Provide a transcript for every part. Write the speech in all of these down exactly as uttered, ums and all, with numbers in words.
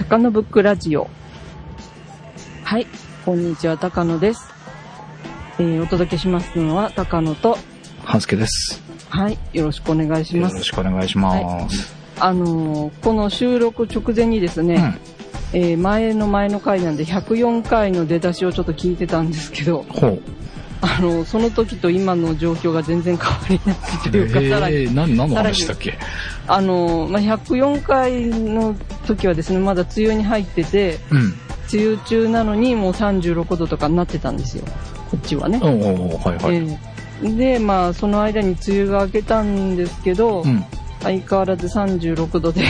高野ブックラジオ。はい、こんにちは、高野です。えー、お届けしますのは高野と半助です。 はい、よろしくお願いします。 よろしくお願いします。はい、 あのー、この収録直前にですね、うん、えー、前の前の回なんでひゃくよんかいの出だしをちょっと聞いてたんですけど、 ほう、 あのその時と今の状況が全然変わりないというか、 えー、 さらに何の話だっけ？ あの、まあ、ひゃくよんかいの時はですね、まだ梅雨に入ってて、うん、梅雨中なのにもうさんじゅうろくどとかになってたんですよ、こっちはね。 おお、はいはい。 えー、で、まあその間に梅雨が明けたんですけど、うん、相変わらずさんじゅうろくどで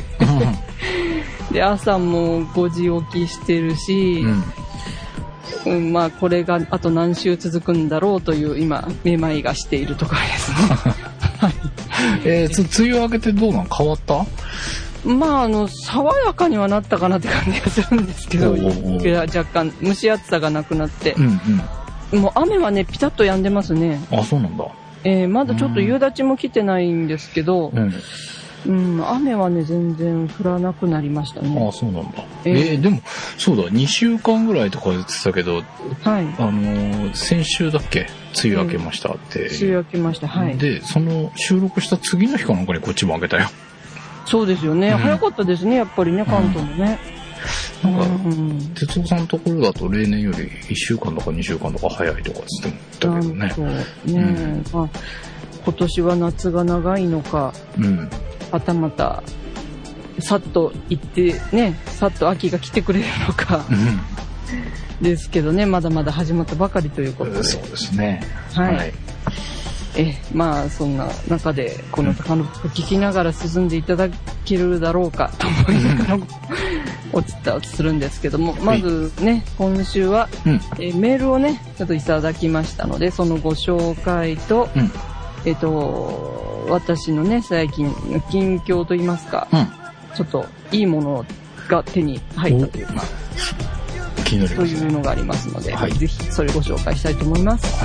で朝もごじ起きしてるし、うんうん、まあこれがあと何週続くんだろうという今めまいがしているところですね。はい。 えー、つ梅雨明けてどうなん？変わった？ まああの爽やかにはなったかなって感じがするんですけど、若干蒸し暑さがなくなって、うんうん、もう雨はねピタッと止んでますね。 あ、そうなんだ。 えー、まだちょっと夕立も来てないんですけど、うんうん、雨はね全然降らなくなりましたね。 あ、そうなんだ。えー、えー、でもそうだ、にしゅうかんぐらいとか言ってたけど、はい、あのー、先週だっけ梅雨明けましたって、えー、 梅雨明けました。はい。 でその収録した次の日かなんかにこっちも明けたよ。 そうですよね、うん、早かったですねやっぱりね、関東もね、 うん、なんか、うん、哲夫さんのところだと例年よりいっしゅうかんとかにしゅうかんとか早いとかつっても言ったけどね。そうね、 うんまあ、今年は夏が長いのか、うん、はたまたさっと行ってね、さっと秋が来てくれるのか、うん、ですけどね、まだまだ始まったばかりということで。 そうですね。 はい。はい、えまあそんな中でこの高野ブック聞きながら進んでいただけるだろうかと思いながらお伝えするんですけども、まずね今週は、うん、えメールをねちょっといただきましたので、そのご紹介と、うん、えっと私のね最近の近況といいますか、うん、ちょっといいものが手に入ったというか気になりますね、 そういうのがありますので、 はい、 ぜひそれご紹介したいと思います。 はい。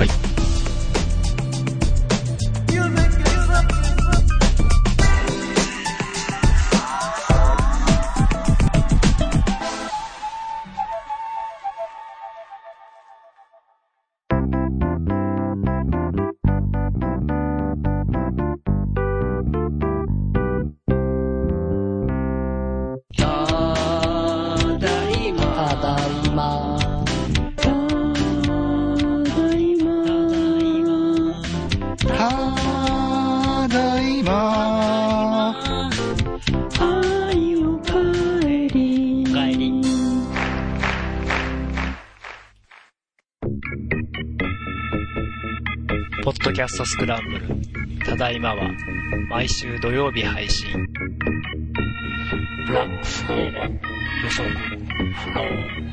ポッドキャストスクランブル、ただいまは毎週土曜日配信。ブラックスコーバー予測不能。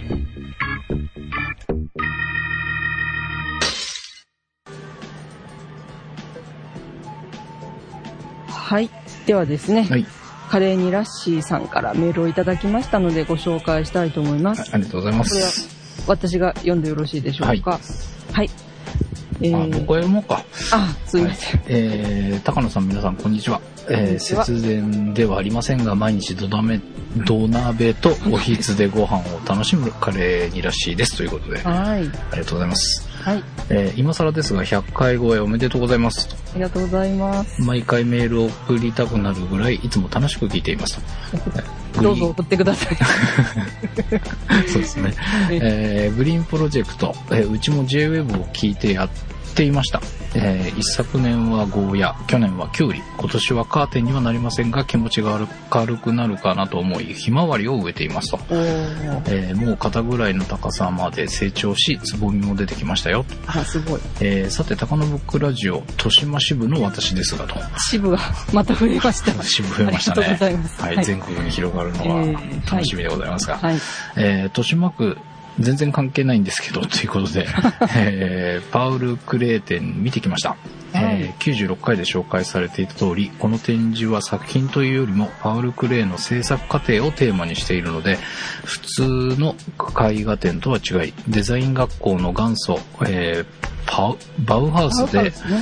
はい、ではですね、はい、カレーにラッシーさんからメールをいただきましたのでご紹介したいと思います。 はい、ありがとうございます。 これは私が読んでよろしいでしょうか。はい、はい、 えー、あ、僕は読もうか。 あ、すいません。 はい、えー、高野さん皆さんこんにちは。えー、節電ではありませんが毎日土鍋、土鍋とおひつでご飯を楽しむカレーにらしいですということで、はい、ありがとうございます。はい、えー、今更ですがひゃっかい超えおめでとうございますと。 ありがとうございます。 毎回メールを送りたくなるぐらいいつも楽しく聞いていますと。 どうぞ送ってください。 そうですね。えー、グリーンプロジェクト、えー、うちも ジェイウェブ を聞いてやっていました。えー、一昨年はゴーヤ、去年はキュウリ、今年はカーテンにはなりませんが気持ちが軽くなるかなと思いひまわりを植えていますと。えー、もう肩ぐらいの高さまで成長しつぼみも出てきましたよ。 あ、すごい。 えー、さて高野ブックラジオ豊島支部の私ですがと。 支部がまた増えました。 支部増えましたね。 ありがとうございます。 はい、はい、全国に広がるのは楽しみでございますが、 はいはい、 えー、豊島区全然関係ないんですけどということで、えー、パウル・クレー展見てきました。えー、きゅうじゅうろっかいで紹介されていた通りこの展示は作品というよりもパウル・クレーの制作過程をテーマにしているので普通の絵画展とは違いデザイン学校の元祖、えー、パウバウハウスで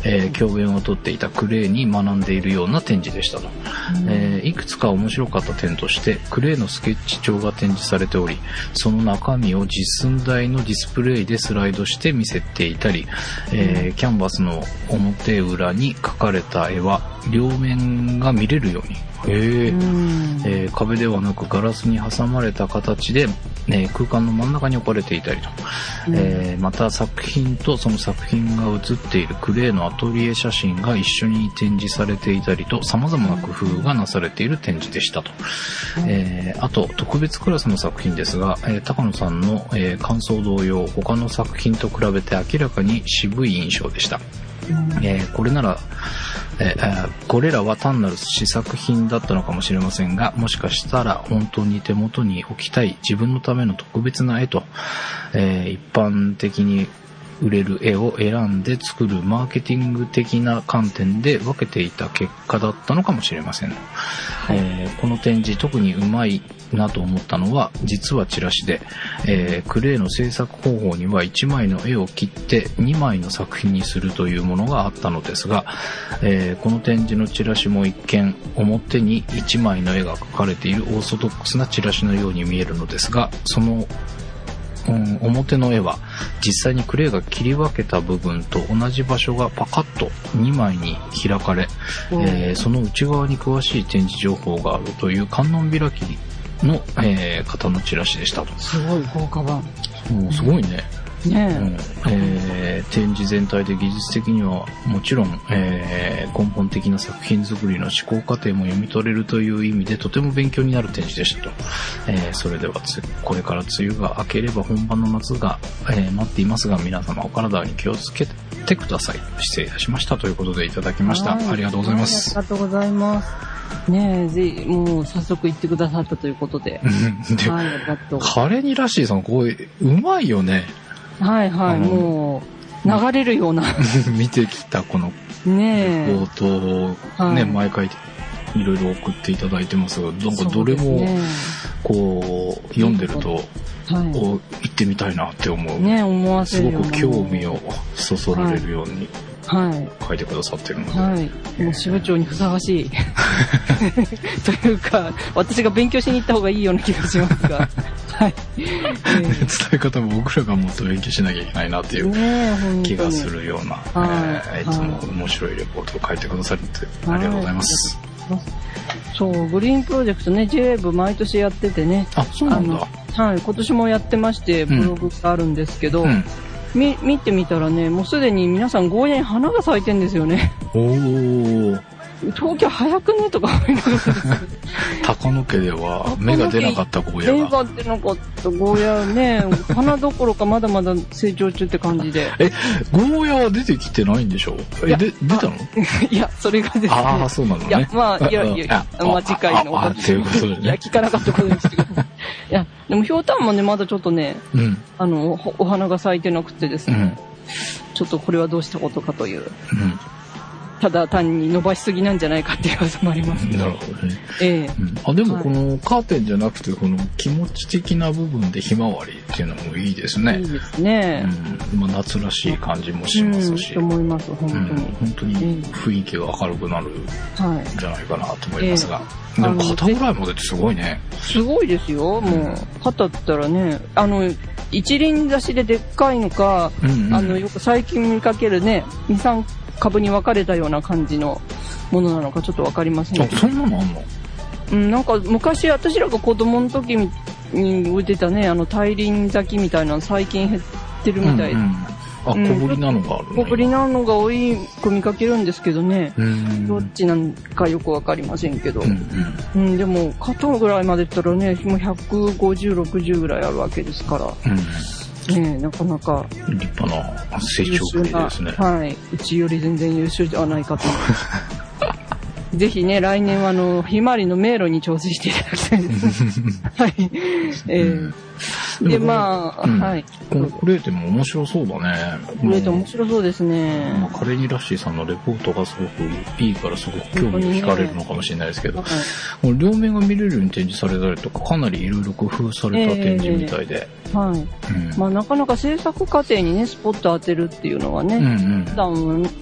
えー、教鞭をとっていたクレイに学んでいるような展示でしたと、うんえー、いくつか面白かった点としてクレイのスケッチ帳が展示されており、その中身を実寸大のディスプレイでスライドして見せていたり、えー、キャンバスの表裏に描かれた絵は両面が見れるようにへー、うんえー、壁ではなくガラスに挟まれた形で、えー、空間の真ん中に置かれていたりと、うんえー、また作品とその作品が写っているクレイのアトリエ写真が一緒に展示されていたりと、様々な工夫がなされている展示でしたと、うんえー、あと特別クラスの作品ですが、えー、高野さんの、えー、感想同様他の作品と比べて明らかに渋い印象でした、うんえー、これならえー、これらは単なる試作品だったのかもしれませんが、もしかしたら本当に手元に置きたい自分のための特別な絵と、えー、一般的に売れる絵を選んで作るマーケティング的な観点で分けていた結果だったのかもしれません、はいえー、この展示特にうまいなと思ったのは実はチラシで、えー、クレイの制作方法にはいちまいの絵を切ってにまいの作品にするというものがあったのですが、えー、この展示のチラシも一見表にいちまいの絵が描かれているオーソドックスなチラシのように見えるのですが、そのうん、表の絵は実際にクレイが切り分けた部分と同じ場所がパカッとにまいに開かれ、うんえー、その内側に詳しい展示情報があるという観音開きの、えー、方のチラシでしたと。 すごい豪華版。 もうすごいね。 ねえうんえー、展示全体で技術的にはもちろん、えー、根本的な作品作りの思考過程も読み取れるという意味でとても勉強になる展示でしたと、えー、それではつこれから梅雨が明ければ本番の夏が、えー、待っていますが皆様お体に気をつけてください。失礼いたしましたということでいただきました。ありがとうございます。 ありがとうございますねえ、ぜひもう早速言ってくださったということで、 ではい、ありがとう。カレニラッシーさんこううまいよね。 はいはい、もう流れるような見てきたこのねレポートをね、はい、毎回いろいろ送っていただいてますが、なんかどれもこう読んでると、はい、行ってみたいなって思う、 ね、思わせるようなすごく興味をそそられるように、はい、書いてくださってるので、 はい、もう支部長にふさわしいというか私が勉強しに行った方がいいような気がしますがはい、えー、 伝え方も僕らがもっと勉強しなきゃいけないなっていう気がするような、ねえー、いつも面白いレポートを書いてくださってありがとうございます。 そうグリーンプロジェクトね ジェイウェーブ 毎年やっててね、 あそうなんだ、 はい、今年もやってましてブログがあるんですけど、うんうんみ見てみたらね、もうすでに皆さんゴーヤに花が咲いてんですよね。 おー。 東京早くねとか思いながら高野家では芽が出なかったゴーヤが。芽が出なかったゴーヤね、花どころかまだまだ成長中って感じで。 え、ゴーヤは出てきてないんでしょ？え、で出たの？ いや、それがですね。 ああ、そうなのね。 いや、まあ、いやいやいや、まあ次回のお話。ということでね。 いや、聞かなかったことにしてください。いや、でもひょうたんもね、まだちょっとね、うん、あの、お花が咲いてなくてですね、うん、ちょっとこれはどうしたことかという。うんただ単に伸ばしすぎなんじゃないかっていう噂もありますけど。 なるほどね。 ええーうん、あでもこのカーテンじゃなくてこの気持ち的な部分でひまわりっていうのもいいですね。 いいですね。 うん、まあ、夏らしい感じもしますし。 うん、と思います本当に、うん。 本当に雰囲気が明るくなるんじゃないかなと思いますが。えー、でも肩ぐらいまでってすごいね。 すごいですよ。もう肩ったらね、あの一輪挿しででっかいのか、うんうん、あのよく最近見かけるねにさん株に分かれたような感じのものなのかちょっと分かりませんけど。あ、そんなのあんの？ うん、なんか昔私らが子供の時に植えてたね、あの大輪咲きみたいなの最近減ってるみたいで。うんうん、 あ、小ぶりなのがあるね。 小ぶりなのが多いく見かけるんですけどね。どっちなんかよく分かりませんけど。うんうんうん、でも肩ぐらいまでいったらね、もうひゃくごじゅう、ろくじゅうぐらいあるわけですから。うんねえ、なかなか立派な成長ぶりですね。 はい、うちより全然優秀ではないかと思いますぜひね来年はあのひまわりの迷路に挑戦していただきたいですはい、えーでまあ、うん、はいこのクレーテも面白そうだね。 クレーテ面白そうですね。 まあ、カレニラッシーさんのレポートがすごくいいからすごく興味を惹かれるのかもしれないですけど、ねはい、両面が見れるように展示されたりとかかなりいろいろ工夫された展示みたいで、 えー、はい、うん、まあなかなか制作過程にねスポット当てるっていうのはね、うんうん、普段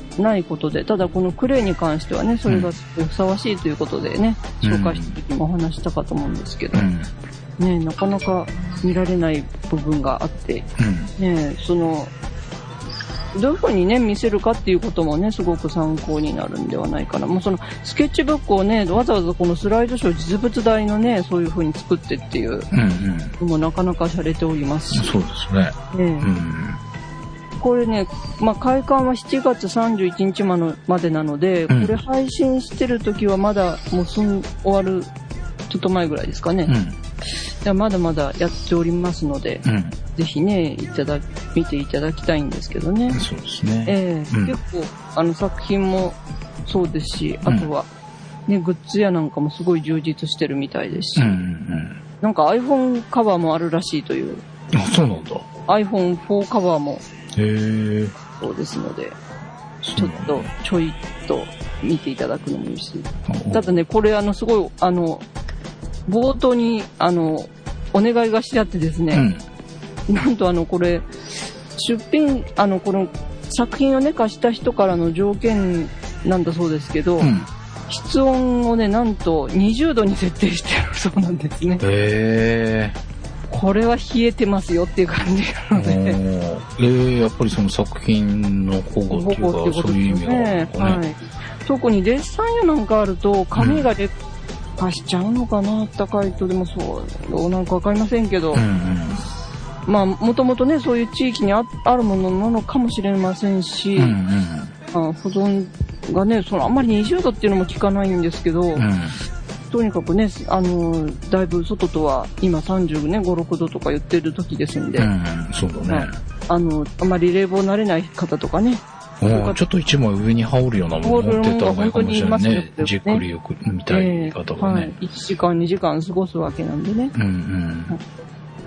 ないことで、ただこのクレイに関してはね、それがふさわしいということでね、うん、紹介した時もお話したかと思うんですけど、うん、ね、なかなか見られない部分があって、うん、ね、その、どういう風にね、見せるかっていうこともね、すごく参考になるんではないかな。もうその、スケッチブックをね、わざわざこのスライドショー実物大のね、そういう風に作ってっていう、うんうん、もうなかなか洒落ておりますし。 そうですね。ね、うん、 これね、まあ、開館はしちがつさんじゅういちにちまでなので、これ配信してる時はまだもうすん終わるちょっと前ぐらいですかね。うん、まだまだやっておりますので、うん、ぜひね、いただ、見ていただきたいんですけどね。 そうですね。 えーうん、結構、あの作品もそうですし、あとは、ね、うん、グッズやなんかもすごい充実してるみたいですし、うんうん、なんか iPhone カバーもあるらしいという。 あ、そうなんだ。 アイフォンフォー カバーも。 へー。 そうですので、ちょっとちょいっと見ていただくのもいいし。ただね、これあのすごい、あの、冒頭に、あの、お願いがしてあってですね、うん、なんとあの、これ、出品、あの、この作品をね、貸した人からの条件なんだそうですけど、うん、室温をね、なんとにじゅうどに設定してあるそうなんですね。 へー。 これは冷えてますよっていう感じなので。 えー、やっぱりその作品の保護っていうか、ね、そういう意味があるのかね。はい、特にデッサンやなんかあると、紙が劣化しちゃうのかな、高いと。でもそう、なんかわかりませんけど、うんうん、まあ、もともとね、そういう地域に あ, あるものなのかもしれませんし、うんうん、まあ、保存がね、そのあんまりにじゅうどっていうのも効かないんですけど、うん、とにかくね、あの、だいぶ外とは今さんじゅうご、ろくどとか言ってる時ですんで、うん、 そうだね、はい。 あの、あまり冷房慣れない方とかね、 ちょっと一枚上に羽織るようなもの持ってた方がいいかもしれないね。ね、じっくりよく見たい方がね、 えーはい。いちじかん、にじかん過ごすわけなんでね。うんうん、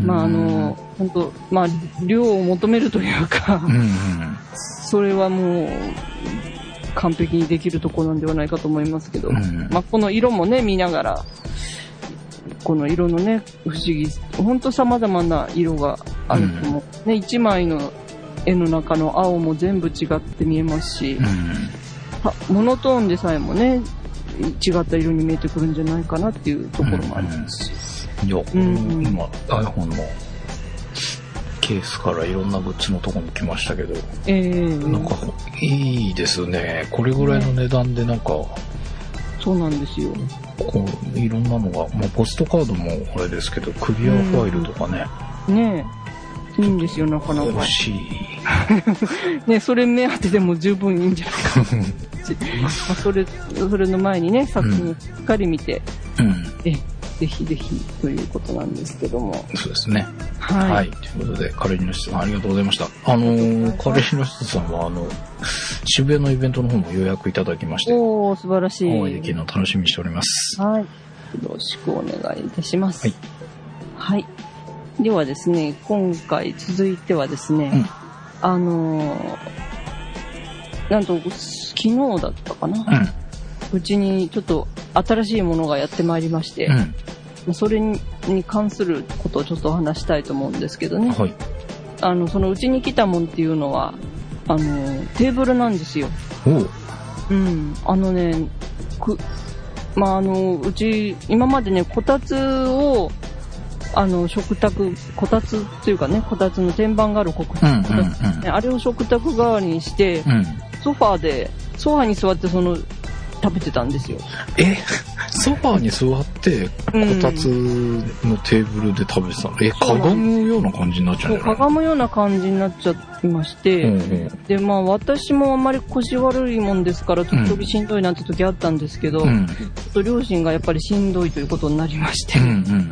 まああの、本当まあ、量を求めるというか、うんうん、それはもう、完璧にできるところなんではないかと思いますけど、うん、まあこの色もね、見ながら、この色のね、不思議、本当様々な色があると思う。うん、ね、一枚の絵の中の青も全部違って見えますし、うん、モノトーンでさえもね、違った色に見えてくるんじゃないかなっていうところもありますし。 うん、いや、うん、今、iPhone のケースからいろんなグッズのところに来ましたけど、えー、なんかいいですね。これぐらいの値段でなんか、ね、 そうなんですよ。 こういろんなのが、まあ、ポストカードもあれですけど、クリアファイルとかね。 うん、ねえ。いいんですよ、なかなか。 欲しい。 ね、それ目当てでも十分いいんじゃないかな。まあ、それ、それの前にね、作品をしっかり見て、うん、え、ぜひぜひということなんですけども。 そうですね。はい。はい、ということで、カレーニの人さんありがとうございました。あのー、カレーニの人さんは、あの、渋谷のイベントの方も予約いただきまして。 おー、素晴らしい。 お会いできるのを楽しみにしております。 はい。よろしくお願いいたします。はい。はい。ではですね、今回続いてはですね、うん、あのー、なんと昨日だったかな、うん、うちにちょっと新しいものがやってまいりまして、うん、それに関することをちょっとお話したいと思うんですけどね、はい、あのそのうちに来たもんっていうのはあのー、テーブルなんですよ。うん、あのね、くまああのうち今までねこたつをあの食卓こたつっていうかねこたつの天板があるこたつ、うんうんうんね、あれを食卓代わりにして、うん、ソファーでソファーに座ってその食べてたんですよ。 えソファーに座ってこたつのテーブルで食べてたの、うん、えかがむような感じになっちゃうんじゃない？ かがむような感じになっちゃいまして、うんうん、でまあ私もあんまり腰悪いもんですから時々しんどいなんて時あったんですけど、うん、ちょっと両親がやっぱりしんどいということになりまして、うんうん、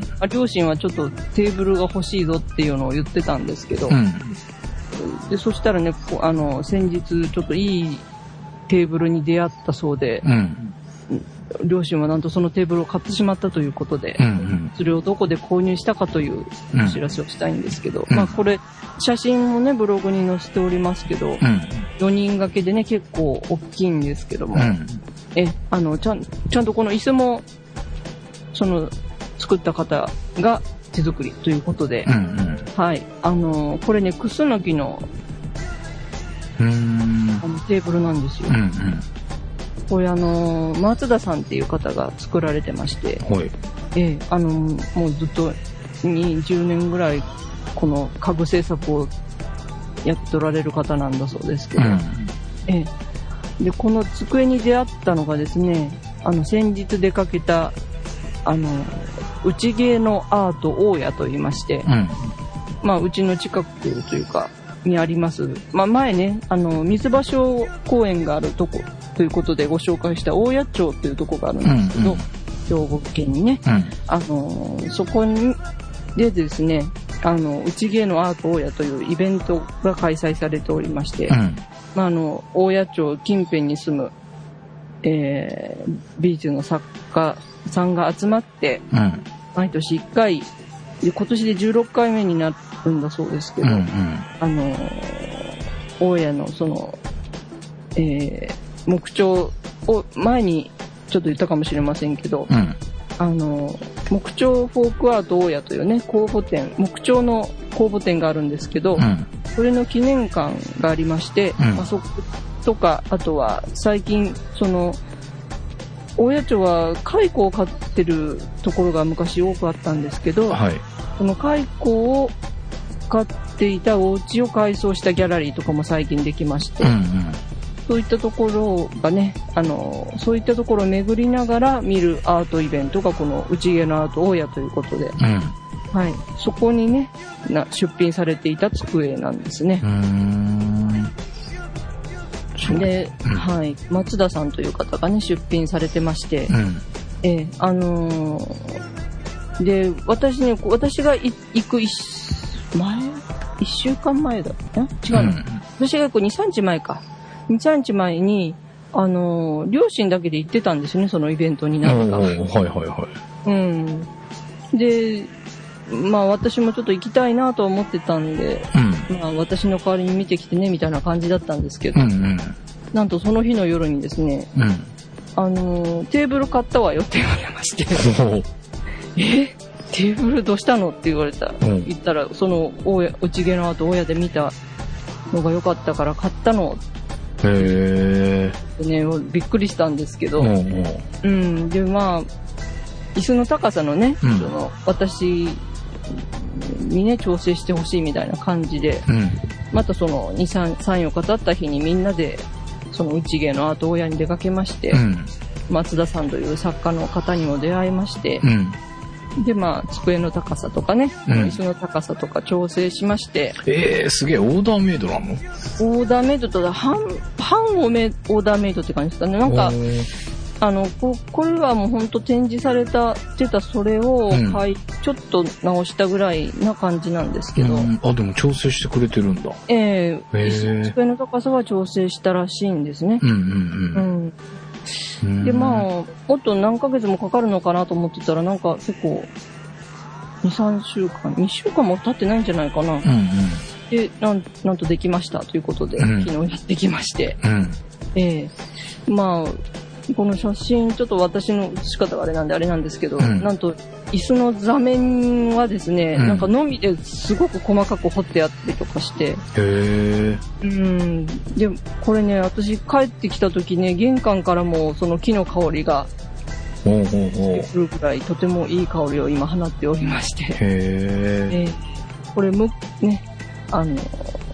両親はちょっとテーブルが欲しいぞっていうのを言ってたんですけど、うん、でそしたらねあの先日ちょっといいテーブルに出会ったそうで、うん、両親はなんとそのテーブルを買ってしまったということで、うんうん、それをどこで購入したかというお知らせをしたいんですけど、うん、まあこれ写真もねブログに載せておりますけど、うん、よにん掛けでね結構大きいんですけども、うん、えあのちゃんちゃんとこの椅子もその作った方が手作りということで、うんうん、はいあのこれねクスノキのうーんあのテーブルなんですよ。 うんうん。 これあの、松田さんっていう方が作られてまして、 はい。 ええ、あの、もうずっとにじゅうねんぐらいこの家具製作をやっておられる方なんだそうですけど、うん、ええ。で、この机に出会ったのがですね、あの、先日出かけた、あの、内芸のアート大家と言いまして、うん、まあ、うちの近くというか、にあります。まあ、前ね、あの、水場所公園があるとこということでご紹介した大谷町というとこがあるんですけど、うんうん、兵庫県にね、うん、あの、そこに、でですね、あの、内芸のアート大家というイベントが開催されておりまして、うん、まあ、あの、大谷町近辺に住む、えー、美術の作家さんが集まって、うん、毎年いっかい、で今年でじゅうろっかいめになるんだそうですけど、うんうん、あの、大家のその、えー、木彫を前にちょっと言ったかもしれませんけど、うん、あの、木彫フォークアート大家というね、公募展、木彫の公募展があるんですけど、うん、それの記念館がありまして、うん、あそことか、あとは最近、その、大谷町は蚕を飼ってるところが昔多くあったんですけど、はい、その蚕を飼っていたお家を改装したギャラリーとかも最近できまして、うんうん、そういったところがね、あの、そういったところを巡りながら見るアートイベントがこの内芸のアート大家ということで、うん、はい、そこにね、な出品されていた机なんですね。うーんで、うん、はい、松田さんという方がね、出品されてまして、うん、えー、あのー、で、私ね、私が行く一、前一週間前だった違うの、うん、私が行くに、さんにちまえか。に、さんにちまえに、あのー、両親だけで行ってたんですよね、そのイベントになんか。はいはいはい。うん。で、まあ私もちょっと行きたいなと思ってたんで、うん、まあ私の代わりに見てきてねみたいな感じだったんですけど、うんうん、なんとその日の夜にですね、うん、あのテーブル買ったわよって言われましてえテーブルどうしたのって言われた、うん、言ったらその大家内芸の後大家で見たのが良かったから買ったのへー、ね、びっくりしたんですけど、うんうん、うん、でまあ椅子の高さのね、うん、その私にね調整してほしいみたいな感じで、うん、またそのに、さん、よっか経った日にみんなでその内芸のアート大家に出かけまして、うん、松田さんという作家の方にも出会いまして、うん、でまあ机の高さとかね、うん、椅子の高さとか調整しまして、 えー、すげえオーダーメイドなの？ オーダーメイドとだ半半オーダーメイドって感じですかね。なんかあの こ, これはもう本当展示されたてたそれを買い、うん、ちょっと直したぐらいな感じなんですけど、うん、 あでも調整してくれてるんだ。 ええー、机の高さは調整したらしいんですね。うんうんうんうん、でまあもっと何ヶ月もかかるのかなと思ってたらなんか結構に、さんしゅうかんにしゅうかんも経ってないんじゃないかな、うんうん、で な, んなんとできましたということで、うん、昨日やってきまして、うん、ええー、まあこの写真ちょっと私の写し方があれなんであれなんですけど、うん、なんと椅子の座面はですね、うん、なんかのみですごく細かく彫ってあったりとかして、へー、うんでこれね私帰ってきた時ね玄関からもその木の香りがほうほうほうするぐらいとてもいい香りを今放っておりまして、 へー、 えー、これむねあの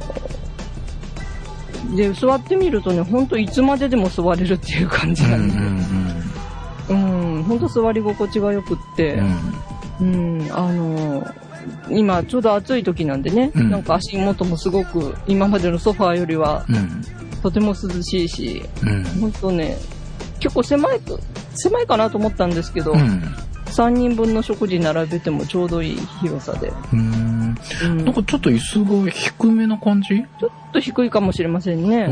で座ってみるとね本当いつまででも座れるっていう感じなんで、うん、うんうん、本当座り心地がよくって、うんうん、あのー、今ちょうど暑い時なんでね、うん、なんか足元もすごく今までのソファーよりは、うん、とても涼しいし、うん、本当ね結構狭い狭いかなと思ったんですけど、うん、さんにんぶんの食事並べてもちょうどいい広さで、 うーん、うん、なんかちょっと椅子が低めな感じ？ ちょっと低いかもしれませんね、うん、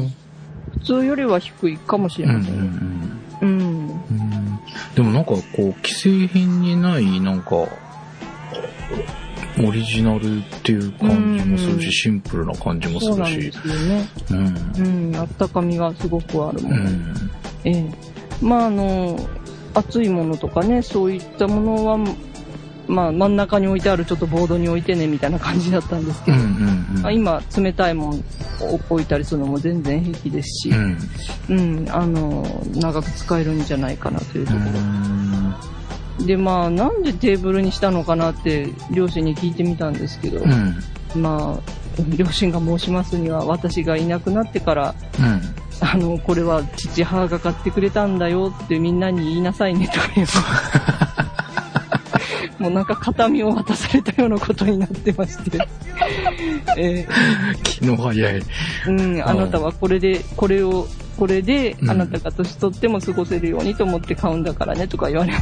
普通よりは低いかもしれません、うんうんうんうん、 でもなんかこう既製品にないなんかオリジナルっていう感じもするし、うんうん、シンプルな感じもするし、そうなんですよね、うんうん、あったかみがすごくあるもの、うん、ええ、まああの熱いものとかねそういったものはまあ、真ん中に置いてあるちょっとボードに置いてねみたいな感じだったんですけど、うんうんうん、まあ、今冷たいもん置いたりするのも全然平気ですし、うんうん、あの長く使えるんじゃないかなというところで、まあなんでテーブルにしたのかなって両親に聞いてみたんですけど、うん、まあ両親が申しますには私がいなくなってから、うん、あのこれは父母が買ってくれたんだよってみんなに言いなさいねとか言うもうなんか形見を渡されたようなことになってまして、えー、気の早い、 うん、あなたはこれでこれをこれであなたが年取っても過ごせるようにと思って買うんだからねとか言われま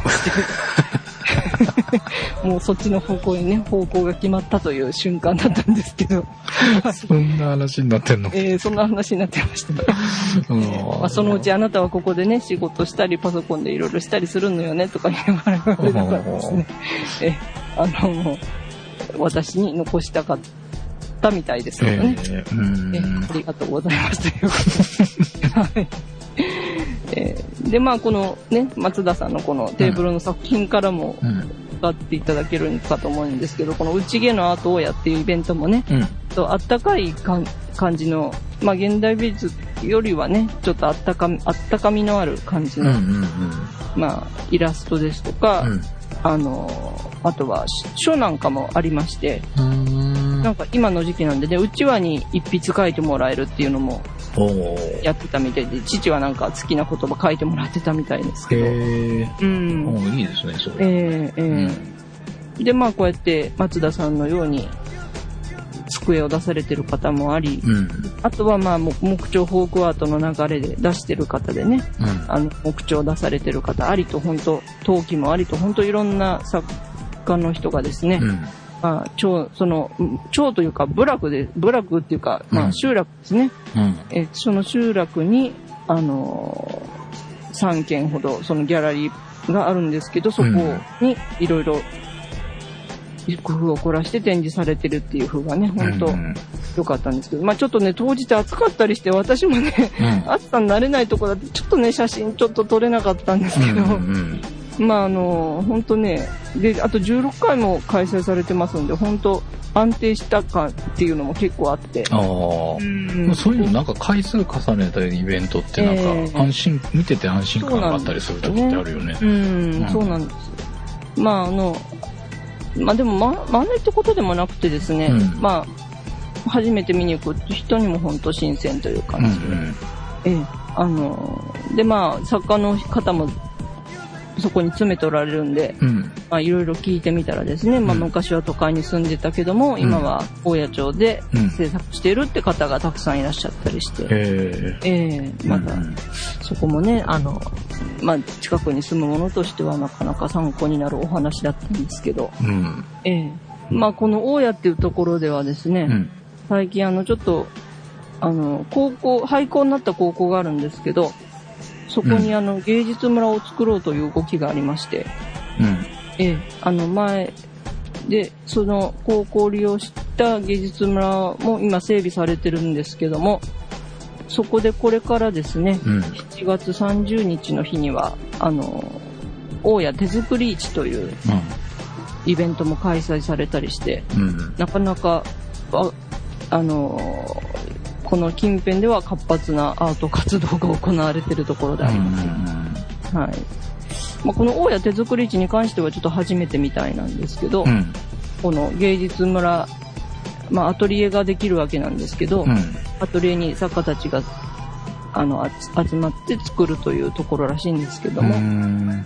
してもうそっちの方向にね方向が決まったという瞬間だったんですけどそんな話になってんの、 えー、そんな話になってました、ねまあ、そのうちあなたはここでね仕事したりパソコンでいろいろしたりするのよねとか言いながら言われたからですね、えー、あの私に残したかったみたいですけどね、えー、えー、ありがとうございますということで、はいえー、でまあこのね松田さんのこのテーブルの作品からも使っていただけるかと思うんですけど、この内毛のアートをやっていうイベントもね、うん、とあったかいかん感じの、まあ現代美術よりはねちょっとあったかみあったかみのある感じの、うんうんうん、まあイラストですとか、うん、あのあとは書なんかもありまして、うーんなんか今の時期なんでねうちわに一筆書いてもらえるっていうのもやってたみたいで、父はなんか好きな言葉書いてもらってたみたいですけど、 へー、うん、いいですねそれ。 えーえーうん、でまあこうやって松田さんのように机を出されてる方もあり、うん、あとはまあ木彫フォークアートの流れで出してる方でね、うん、あの木彫を出されてる方ありと本当陶器もありと本当いろんな作家の人がですね、うん、まあ町その町というか部落で部落っていうか、まあ、集落ですね、うん、えその集落にあのー、さんけんほどそのギャラリーがあるんですけどそこにいろいろ工夫を凝らして展示されてるっていう風がね本当良かったんですけど、まあちょっとね当日暑かったりして私もね、うん、暑さに慣れないところだってちょっとね写真ちょっと撮れなかったんですけど、うんうんうん、まああの本当ねであとじゅうろっかいも開催されてますんで本当安定した感っていうのも結構あって、 あ、うん、そういうのなんか回数重ねたイベントってなんか安心、えー、見てて安心感があったりする時ってあるよね。 うん、うん、そうなんです。まああのまあでもま真似ってことでもなくてですね、うん、まあ初めて見に行く人にも本当新鮮という感じで、うんうん、ええあのでまあ作家の方もそこに詰めておられるんで、うん、まあいろいろ聞いてみたらですね、まあ昔は都会に住んでたけども、うん、今は大谷町で制作しているって方がたくさんいらっしゃったりして、うん、ええまた、うん、そこもねあのまあ近くに住む者としてはなかなか参考になるお話だったんですけど、うん、ええまあこの大谷っていうところではですね、うん、最近あのちょっとあの高校廃校になった高校があるんですけど。そこにあの芸術村を作ろうという動きがありまして、うん、えあの前でその高校を利用した芸術村も今整備されてるんですけども、そこでこれからですね、うん、しちがつさんじゅうにちの日にはあの大谷手作り市というイベントも開催されたりして、うん、なかなかあ、あのこの近辺では活発なアート活動が行われているところであります。はい。まあ、この大谷手作り市に関してはちょっと初めてみたいなんですけど、うん、この芸術村、まあ、アトリエができるわけなんですけど、うん、アトリエに作家たちがあの集まって作るというところらしいんですけども、うん、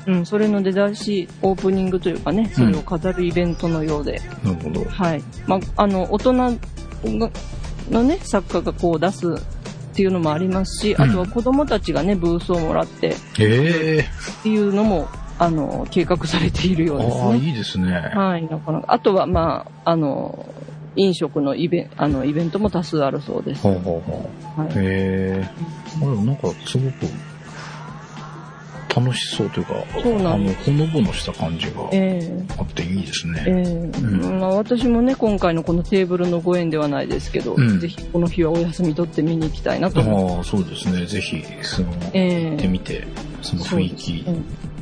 うん、それの出だしオープニングというかね、それを飾るイベントのようで、 うん、なるほど。 はい。まあ、あの大人がのね作家がこう出すっていうのもありますし、うん、あとは子供たちがねブースをもらってっていうのも、えー、あの計画されているようですね。 ああいいですね。 はい。なかなかあとはまああの飲食のイベあのイベントも多数あるそうです。ほうほうほう。はい、へえ。あれなんかすごく楽しそうというか、そうなんです。あのほのぼのした感じがあっていいですね。えーうんまあ、私もね今回のこのテーブルのご縁ではないですけど、うん、ぜひこの日はお休み取って見に行きたいなと思って。 ああそうですね。ぜひその、えー、行ってみてその雰囲気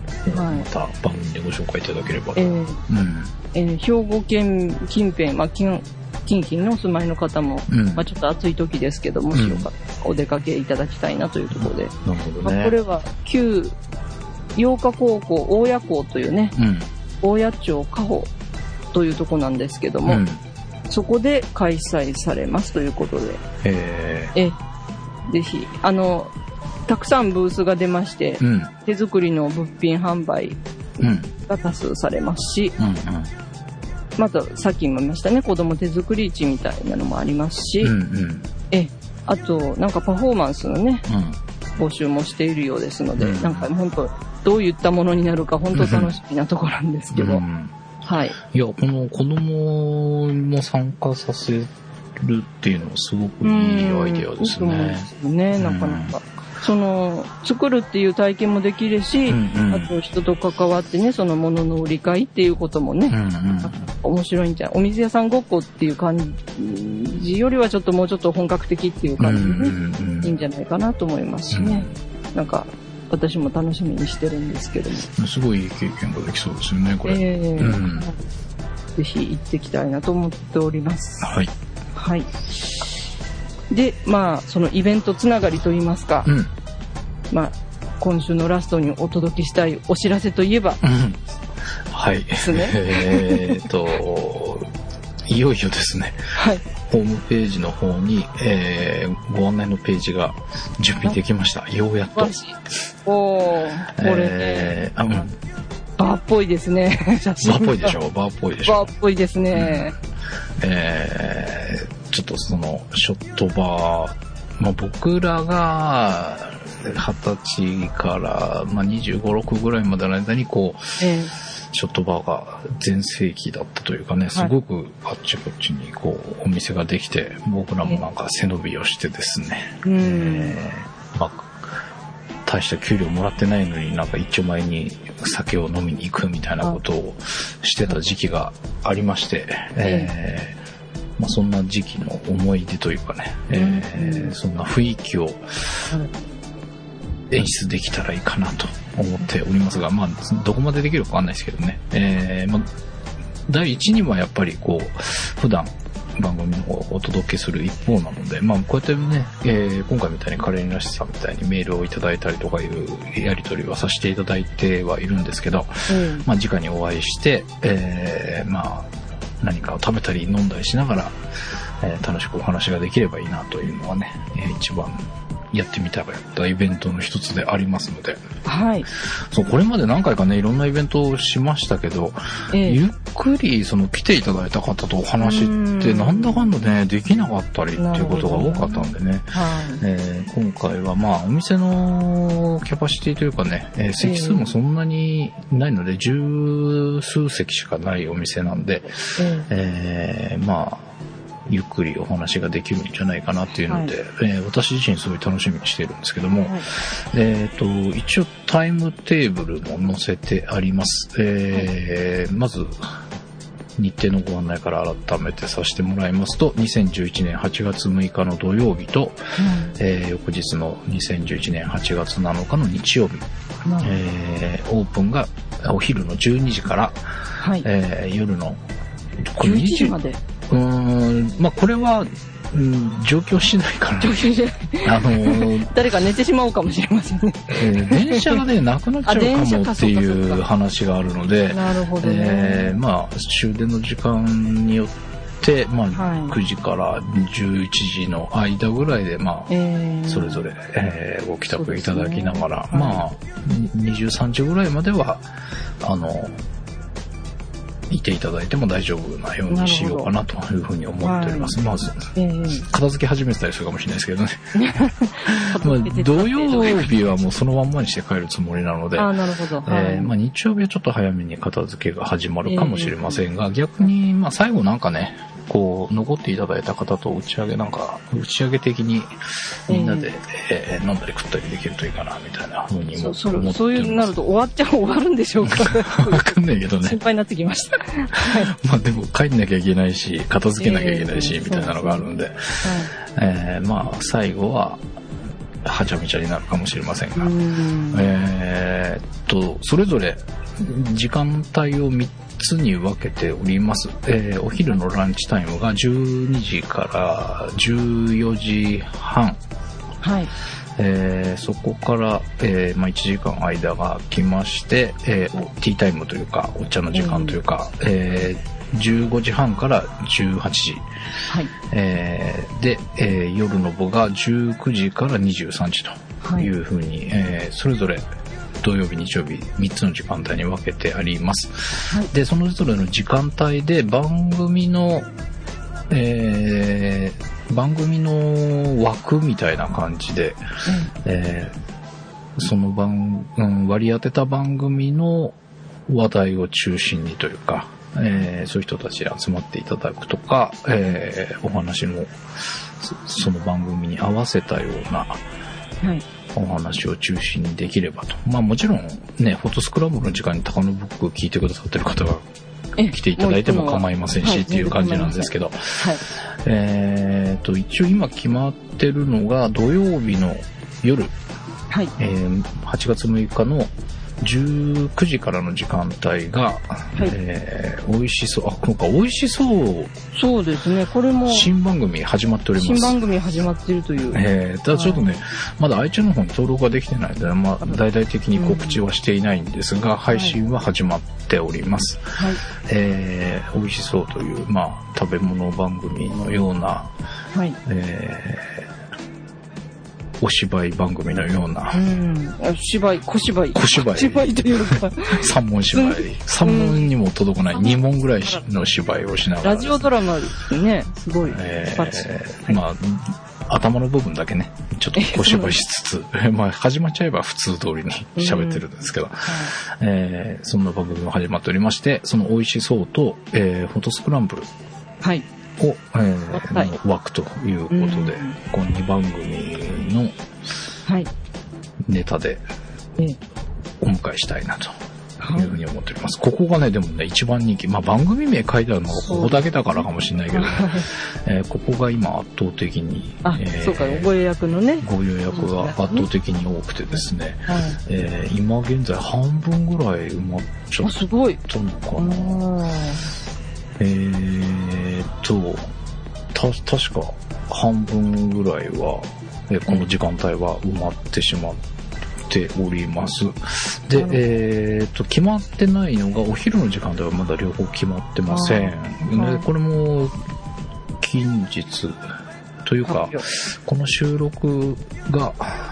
はい、 また番組でご紹介いただければと。 えーうんえー、兵庫県近辺、まあ、近近畿にお住まいの方も、うん、まあ、ちょっと暑い時ですけども、もしよかったらお出かけいただきたいなというところで。なるほどね。 まあ、これは旧八日高校大谷校というね、うん、大谷町加穂というところなんですけども、うん、そこで開催されますということで、 ええぜひあのたくさんブースが出まして、うん、手作りの物品販売が多数されますし、うんうん、またさっきも言いましたね、子ども手作り市みたいなのもありますし、うんうん、えあとなんかパフォーマンスのね、うん、募集もしているようですので、うん、なんか本当どういったものになるか本当楽しみなところなんですけど、うん、はい。 いや、この子供も参加させるっていうのはすごくいいアイデアですね。そうですね、なかなか。その作るっていう体験もできるし、うんうん、あと人と関わってね、そのものの売り買いっていうこともね、うんうん、面白いんじゃん。お水屋さんごっこっていう感じよりはちょっともうちょっと本格的っていう感じで、ね、うんうんうん、いいんじゃないかなと思いますしね。うん、なんか私も楽しみにしてるんですけども。 すごいいい経験ができそうですよね、これ。 えーうん、ぜひ行ってきたいなと思っております。 はい。 はい。で、まあ、そのイベントつながりといいますか、うん、まあ、今週のラストにお届けしたいお知らせといえば、うん、 はい。 ですね。 えーと、いよいよですね。 はい。 ホームページの方に、えー、ご案内のページが準備できました。ようやっと。 おー、これね、 えー、あ、うん。 バーっぽいですね。写真バーっぽいでしょ、バーっぽいでしょ。 バーっぽいですね。 うん、えー、ちょっとその、ショットバー、まあ、僕らが、はたちから、まあ、にじゅうご、ろくぐらいまでの間にこう、えーショットバーが全盛期だったというかね、すごくあっちこっちにこうお店ができて、僕らもなんか背伸びをしてですね、 うんえーまあ、大した給料もらってないのになんか一丁前に酒を飲みに行くみたいなことをしてた時期がありまして、えーまあ、そんな時期の思い出というかね、えー、そんな雰囲気を演出できたらいいかなと思っておりますが、まあ、どこまでできるかわかんないですけどね。えー、まあ、第一にはやっぱりこう、普段番組をお届けする一方なので、まあ、こうやってね、えー、今回みたいにカレンらしさみたいにメールをいただいたりとかいうやり取りはさせていただいてはいるんですけど、うん、まあ、直にお会いして、えー、まあ、何かを食べたり飲んだりしながら、えー、楽しくお話ができればいいなというのはね、えー、一番やってみたかったイベントの一つでありますので、 はい。 そう、これまで何回かね、いろんなイベントをしましたけど、えー、ゆっくりその来ていただいた方とお話ってなんだかんだね、できなかったりっていうことが多かったんでね、 はい、 えー、今回はまあお店のキャパシティというかね、えー、席数もそんなにないので、十数席しかないお店なんで、えーえー、まあゆっくりお話ができるんじゃないかなっていうので、はい、えー、私自身すごい楽しみにしているんですけども、はい、えっと、一応タイムテーブルも載せてあります。えーはい、まず、日程のご案内から改めてさせてもらいますと、にせんじゅういちねんはちがつむいかの土曜日と、うん、えー、翌日のにせんじゅういちねんはちがつなのかの日曜日、うん、えー、オープンがお昼のじゅうにじから、はい、えー、夜のじゅういちじまで。 うーん、まあ、これは、うん、上京しないから、 上京しない。あのー、誰か寝てしまうかもしれませんね。 えー、電車がね、なくなっちゃうかもっていう話があるので、 なるほどね。 えー、まあ、終電の時間によって、まあ、はい、くじからじゅういちじの間ぐらいで、まあ、えー、それぞれ、えー、ご帰宅いただきながら、ね、まあ、はい、にじゅうさんじぐらいまでは、あの、いていただいても大丈夫なようにしようかなというふうに思っております。はい、まず、えー、片付け始めてたりするかもしれないですけどね。まあ、土曜日はもうそのまんまにして帰るつもりなので、 あ、なるほど。はい、 えー、まあ、日曜日はちょっと早めに片付けが始まるかもしれませんが、えー、逆に、まあ、最後なんかね、こう、残っていただいた方と打ち上げなんか、打ち上げ的にみんなで、えーえー、飲んだり食ったりできるといいかな、みたいな風にもそうそう、そういうなると終わっちゃう、終わるんでしょうか。 わかんないけどね。 心配になってきました。はい、 まあでも帰んなきゃいけないし、片付けなきゃいけないし、えー、みたいなのがあるんで、はい、えー、まあ最後は、はちゃめちゃになるかもしれませんが、えーっと、 と、それぞれ時間帯をみっつに分けております。えー、お昼のランチタイムがじゅうにじからじゅうよじはん。 はい。 えー、そこから、えーまあ、いちじかん間が空きまして、えー、ティータイムというかお茶の時間というか、うん、えー、じゅうごじはんからじゅうはちじ、はい、えー、で、えー、夜の部がじゅうくじからにじゅうさんじというふうに、はい、えー、それぞれ土曜日日曜日みっつの時間帯に分けてあります、はい、でそのぞれの時間帯で番組のえー、番組の枠みたいな感じで、うん、えー、その番、うん、割り当てた番組の話題を中心にというか、えー、そういう人たちに集まっていただくとか、えー、お話も そ, その番組に合わせたような、はい、お話を中心にできればと。まあもちろんね、フォトスクランブルの時間に高野ブックを聞いてくださってる方が来ていただいても構いませんしっていう感じなんですけど、はい、えーと一応今決まってるのが土曜日の夜、はい、えー、はちがつむいかのじゅうくじからの時間帯が、はい、えー、美味しそう、あ、なんか美味しそう。 そうですね、これも。 新番組始まっております。 新番組始まっているという。 えー、ただちょっとね、はい、まだ iTunes の方に登録ができてないので、まあ、大々的に告知はしていないんですが、うん、配信は始まっております。はい、えー、美味しそうという、まあ、食べ物番組のような、はい、えーお芝居番組のような。うん。 芝居、小芝居。 小芝居。 小芝居というか。 三問芝居。三問にも届かない二問ぐらいの芝居をしながら。 ラジオドラマね、すごい。 えー、まあ、頭の部分だけね、ちょっと小芝居しつつ、まあ、始まっちゃえば普通通りに喋ってるんですけど、うん、えー、そんな番組も始まっておりまして、その美味しそうと、えー、フォトスクランブル。はい。を、えーはい、の枠ということで、うん、このにばんぐみのネタでお迎えしたいなというふうに思っております。はい、ここがね、でもね、一番人気。まあ番組名書いてあるのがここだけだからかもしれないけど、ね、えー、ここが今圧倒的に、 あ、えー、そうか、ご予約のね。 ご予約が圧倒的に多くてですね、はい、えー、今現在半分ぐらい埋まっちゃったのかな。えーと、た、確か半分ぐらいは、えこの時間帯は埋まってしまっております。で、えーと、決まってないのが、お昼の時間帯はまだ両方決まってません。で、これも、近日というか、この収録が、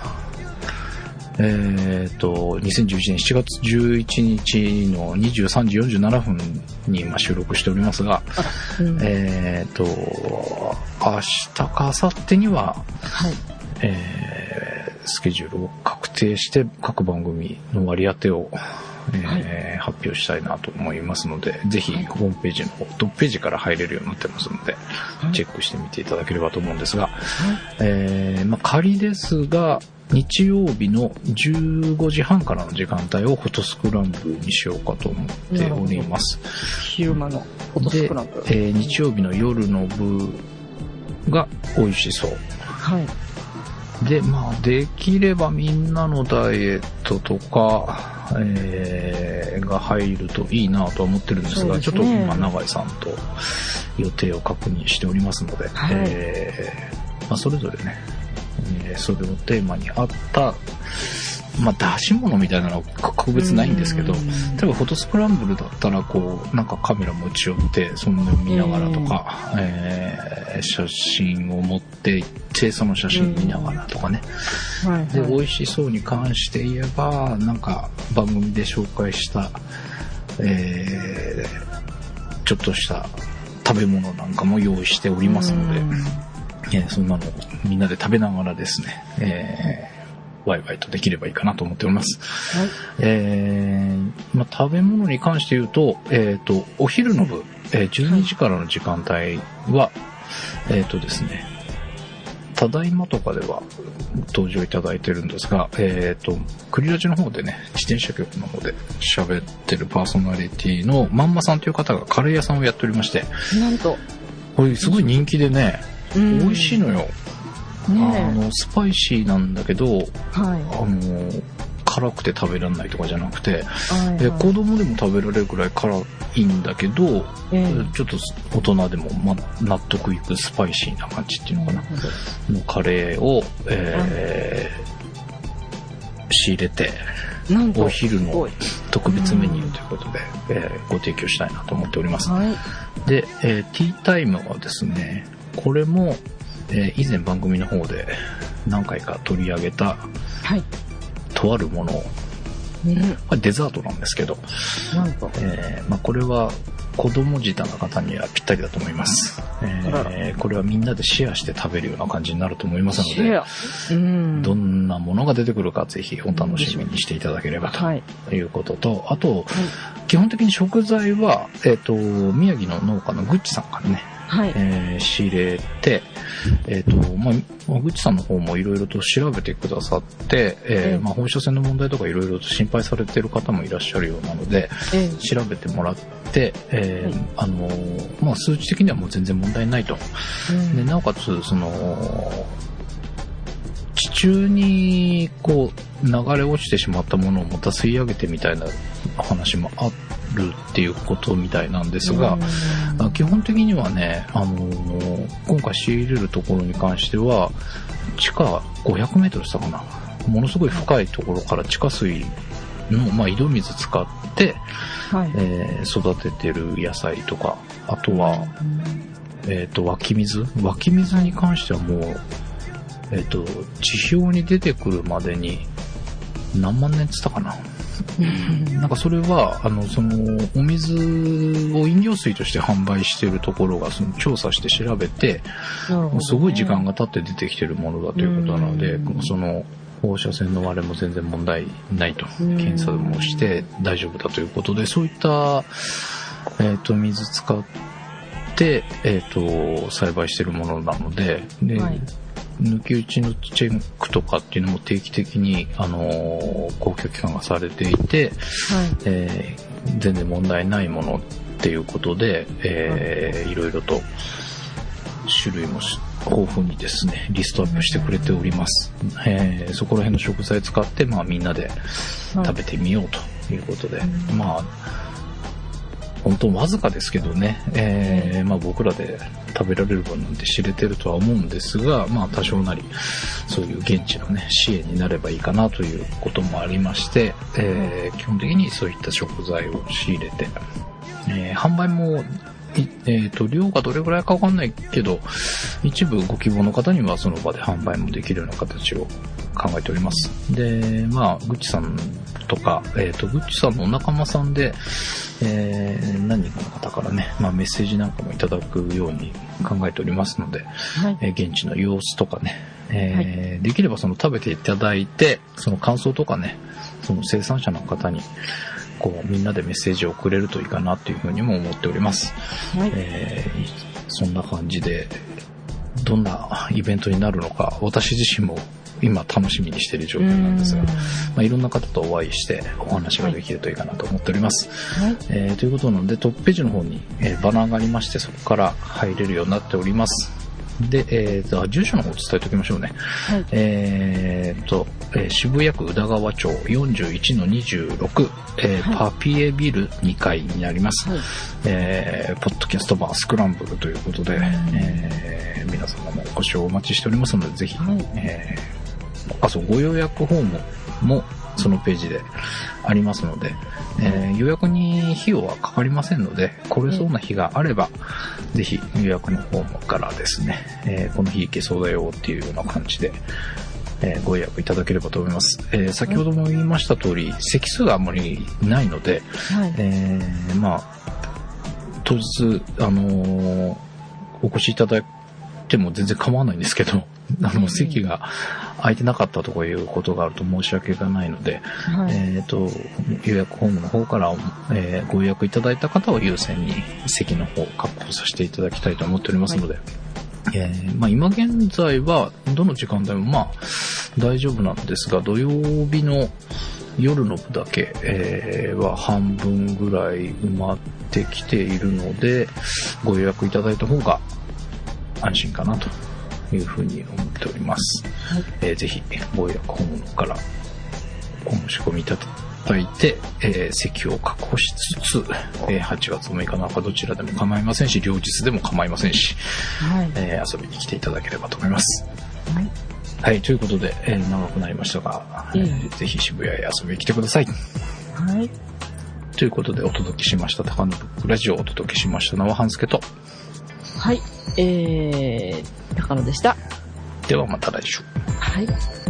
えーと、にせんじゅういちねんしちがつじゅういちにちのにじゅうさんじよんじゅうななふんに今収録しておりますが、うん、えーと、明日か明後日には、はい、えー、スケジュールを確定して各番組の割り当てを、えーはい、発表したいなと思いますので、ぜひホームページの方、トップページから入れるようになってますので、はい、チェックしてみていただければと思うんですが、はい、えー、まあ、仮ですが、日曜日のじゅうごじはんからの時間帯をフォトスクランブルにしようかと思っております。 昼間のフォトスクランブル。 で、えー、日曜日の夜の部が美味しそう。はい。で、まあ、できればみんなのダイエットとか、えー、が入るといいなとは思ってるんですが、すね、ちょっと今、永井さんと予定を確認しておりますので、はい、えー、まあ、それぞれね、それをテーマにあった、まあ、出し物みたいなのは格別ないんですけど、例えばフォトスクランブルだったら、こう、なんかカメラ持ち寄って、その見ながらとか、えー、写真を持って行って、その写真見ながらとかね。はいはい、で、美味しそうに関して言えば、なんか番組で紹介した、えー、ちょっとした食べ物なんかも用意しておりますので、えー、そんなのをみんなで食べながらですね、えー、ワイワイとできればいいかなと思っております。はい、えー、まあ、食べ物に関して言うと、えっと、お昼の部、えー、じゅうにじからの時間帯は、えっとですね、ただいまとかでは登場いただいてるんですが、えっと、クリラジの方でね、自転車局の方で喋ってるパーソナリティのまんまさんという方がカレー屋さんをやっておりまして、 なんと、 これすごい人気でね、美味しいのよ。ね、あのスパイシーなんだけど、はい、あの辛くて食べられないとかじゃなくて、 はいはい、 え子供でも食べられるくらい辛いんだけど、えー、ちょっと大人でも、ま、納得いくスパイシーな感じっていうのかな、のカレーを、えー、仕入れて、お昼の特別メニューということで、えー、ご提供したいなと思っております。 はい、 で、えー、ティータイムはですね、これも、えー、以前番組の方で何回か取り上げた、 はい、とあるものを、うん、これデザートなんですけど、 なんと、 えーまあ、これは子供舌な方にはぴったりだと思います、えー、これはみんなでシェアして食べるような感じになると思いますので、うん、どんなものが出てくるかぜひお楽しみにしていただければということと、はい、あと、はい、基本的に食材は、えーと、宮城の農家のグッチさんからね、はい、えー、仕入れて、えっと、まあ、ぐっちさんの方もいろいろと調べてくださって、えー、まあ、放射線の問題とかいろいろと心配されている方もいらっしゃるようなので、えー、調べてもらって、えー、あの、まあ、数値的にはもう全然問題ないと。うん、で、なおかつ、その、地中に、こう、流れ落ちてしまったものをまた吸い上げてみたいな話もあるっていうことみたいなんですが、うん、基本的にはね、あのー、今回仕入れるところに関しては、地下ごひゃくメートルしたかな。ものすごい深いところから地下水の、まあ、井戸水使って、はい、えー、育ててる野菜とか、あとは、うん、えっと、湧き水湧き水に関してはもう、えっと、地表に出てくるまでに何万年って言ったかな。なんかそれは、あの、その、お水を飲料水として販売しているところが、その調査して調べて、ね、すごい時間が経って出てきているものだということなので、その、放射線のあれも全然問題ないと、検査もして大丈夫だということで、そういった、えっと、水使って、えっと、栽培しているものなので、で、はい、抜き打ちのチェックとかっていうのも定期的に、あのー、公共機関がされていて、はい、えー、全然問題ないものっていうことで、えーはい、いろいろと種類も豊富にですね、リストアップしてくれております。えー、そこら辺の食材使って、まあみんなで食べてみようということで、はい、まあ、本当わずかですけどね、えー、まあ僕らで食べられる分なんて知れてるとは思うんですが、まあ多少なりそういう現地のね支援になればいいかなということもありまして、えー、基本的にそういった食材を仕入れて、えー、販売もえっと、量がどれぐらいかわかんないけど、一部ご希望の方にはその場で販売もできるような形を考えております。で、まあ、ぐっちさんとか、えっと、ぐっちさんのお仲間さんで、えー、何人かの方からね、まあ、メッセージなんかもいただくように考えておりますので、はい、えー、現地の様子とかね、えーはい、できればその食べていただいて、その感想とかね、その生産者の方に、こうみんなでメッセージを送れるといいかなというふうにも思っております、はい、えー、そんな感じでどんなイベントになるのか私自身も今楽しみにしている状況なんですが、まあ、いろんな方とお会いしてお話ができるといいかなと思っております、はい、えー、ということなのでトップページの方に、えー、バナーがありましてそこから入れるようになっております。で、えーと、住所の方を伝えておきましょうね。はい、えーと、えー、渋谷区宇田川町 よんじゅういちのにじゅうろく、えーはい、パピエビルにかいになります。はい、えー、ポッドキャストバースクランブルということで、えー、皆様もご視聴お待ちしておりますので、ぜひ、はい、えー、あ、そう、ご予約フォームもそのページでありますので、えー、予約に費用はかかりませんので、来れそうな日があれば、ぜひ予約のフォームからですね、えー、この日行けそうだよっていうような感じで、えー、ご予約いただければと思います。えー、先ほども言いました通り、席数があまりないので、はい、えー、まあ、当日、あのー、お越しいただいても全然構わないんですけど、あの、席が空いてなかったとかいうことがあると申し訳がないので、はい、えっと、予約フォームの方から、えー、ご予約いただいた方は優先に席の方を確保させていただきたいと思っておりますので、はい、えー、まあ今現在はどの時間帯もまあ大丈夫なんですが、土曜日の夜の部だけ、えー、は半分ぐらい埋まってきているので、ご予約いただいた方が安心かなというふうに思っております。はい、えー、ぜひご予約フォームからお申し込みいただいて、えー、席を確保しつつ、えー、はちがつむいかなんかどちらでも構いませんし、両日でも構いませんし、はい、えー、遊びに来ていただければと思います。はい。はい、ということで、えー、長くなりましたが、えー、ぜひ渋谷へ遊びに来てください。はい。ということでお届けしました高野ブックラジオをお届けしましたのは半助と。 はい、えー、高野でした。 ではまた来週。 はい。